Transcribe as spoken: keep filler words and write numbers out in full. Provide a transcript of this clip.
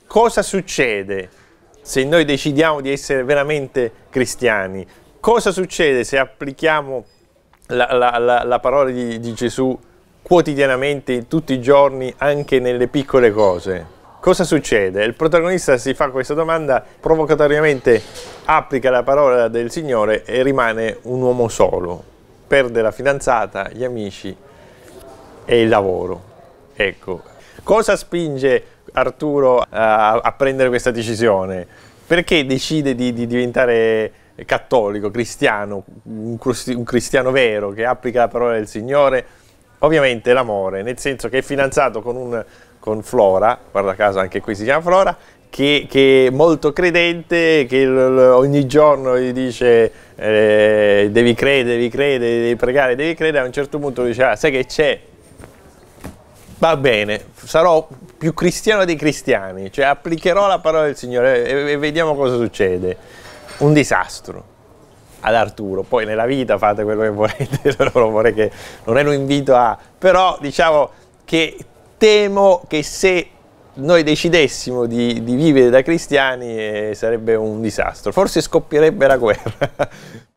cosa succede se noi decidiamo di essere veramente cristiani? Cosa succede se applichiamo la, la, la, la parola di, di Gesù quotidianamente, tutti i giorni, anche nelle piccole cose? Cosa succede? Il protagonista si fa questa domanda, provocatoriamente applica la parola del Signore e rimane un uomo solo. Perde la fidanzata, gli amici e il lavoro. Ecco. Cosa spinge Arturo a, a prendere questa decisione? Perché decide di, di diventare cattolico, cristiano, un, un cristiano vero che applica la parola del Signore? Ovviamente l'amore, nel senso che è fidanzato con, un, con Flora, guarda caso anche qui si chiama Flora, che, che è molto credente, che l, l, ogni giorno gli dice eh, devi credere, devi credere, devi pregare, devi credere. A un certo punto dice, ah, sai che c'è? Va bene, sarò più cristiano dei cristiani, cioè applicherò la parola del Signore e, e vediamo cosa succede. Un disastro ad Arturo. Poi nella vita fate quello che volete, non, vorrei che, non è un invito a... però diciamo che temo che se noi decidessimo di, di vivere da cristiani eh, sarebbe un disastro, forse scoppierebbe la guerra.